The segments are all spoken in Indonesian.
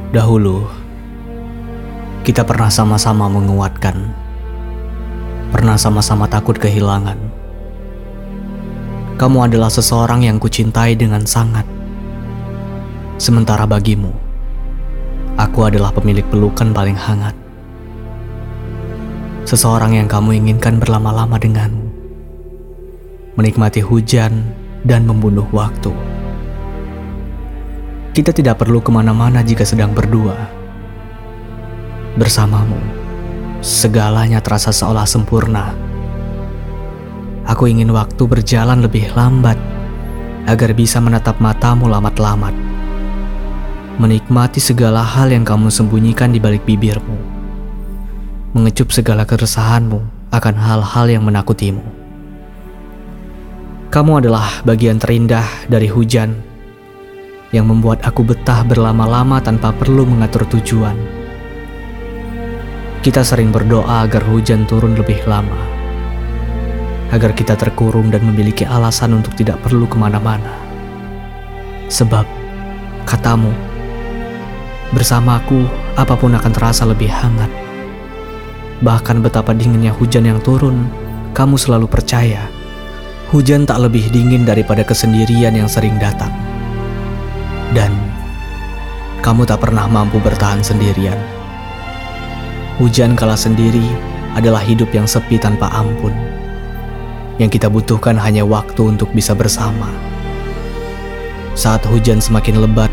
Dahulu, kita pernah sama-sama menguatkan, pernah sama-sama takut kehilangan. Kamu adalah seseorang yang kucintai dengan sangat. Sementara bagimu, aku adalah pemilik pelukan paling hangat. Seseorang yang kamu inginkan berlama-lama denganmu, menikmati hujan dan membunuh waktu. Kita tidak perlu kemana-mana jika sedang berdua. Bersamamu, segalanya terasa seolah sempurna. Aku ingin waktu berjalan lebih lambat, agar bisa menatap matamu lamat-lamat. Menikmati segala hal yang kamu sembunyikan di balik bibirmu. Mengecup segala keresahanmu akan hal-hal yang menakutimu. Kamu adalah bagian terindah dari hujan, yang membuat aku betah berlama-lama tanpa perlu mengatur tujuan. Kita sering berdoa agar hujan turun lebih lama, agar kita terkurung dan memiliki alasan untuk tidak perlu kemana-mana. Sebab, katamu, bersamaku apapun akan terasa lebih hangat. Bahkan betapa dinginnya hujan yang turun, kamu selalu percaya, hujan tak lebih dingin daripada kesendirian yang sering datang. Dan kamu tak pernah mampu bertahan sendirian. Hujan kala sendiri adalah hidup yang sepi tanpa ampun. Yang kita butuhkan hanya waktu untuk bisa bersama. Saat hujan semakin lebat,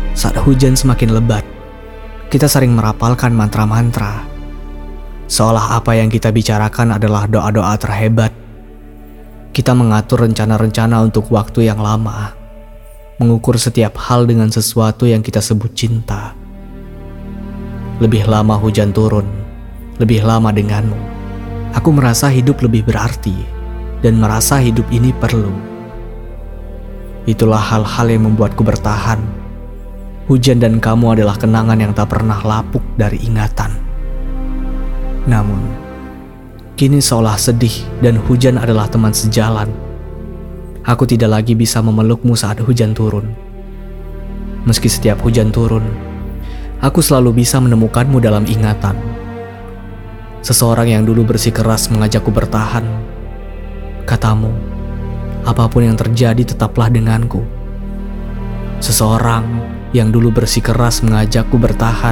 kita sering merapalkan mantra-mantra. Seolah apa yang kita bicarakan adalah doa-doa terhebat. Kita mengatur rencana-rencana untuk waktu yang lama. Mengukur setiap hal dengan sesuatu yang kita sebut cinta. Lebih lama hujan turun, lebih lama denganmu. Aku merasa hidup lebih berarti, dan merasa hidup ini perlu. Itulah hal-hal yang membuatku bertahan. Hujan dan kamu adalah kenangan yang tak pernah lapuk dari ingatan. Namun, kini seolah sedih dan hujan adalah teman sejalan. Aku tidak lagi bisa memelukmu saat hujan turun. Meski setiap hujan turun, aku selalu bisa menemukanmu dalam ingatan. Seseorang yang dulu bersikeras mengajakku bertahan. Katamu, apapun yang terjadi tetaplah denganku. Seseorang yang dulu bersikeras mengajakku bertahan.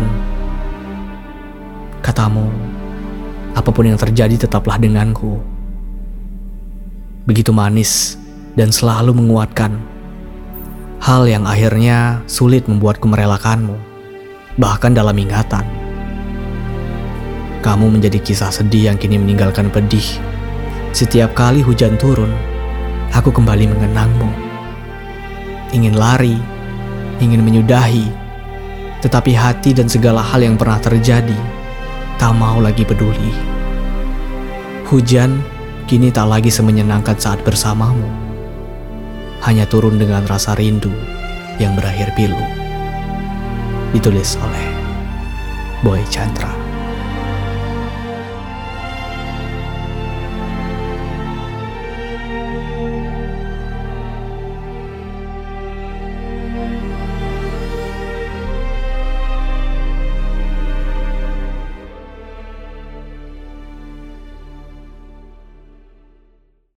Katamu, apapun yang terjadi tetaplah denganku. Begitu manis dan selalu menguatkan. Hal yang akhirnya sulit membuatku merelakanmu, bahkan dalam ingatan. Kamu menjadi kisah sedih yang kini meninggalkan pedih. Setiap kali hujan turun, aku kembali mengenangmu. Ingin lari, ingin menyudahi, tetapi hati dan segala hal yang pernah terjadi tak mau lagi peduli. Hujan kini tak lagi semenyenangkan saat bersamamu. Hanya turun dengan rasa rindu yang berakhir pilu. Ditulis oleh Boy Chandra.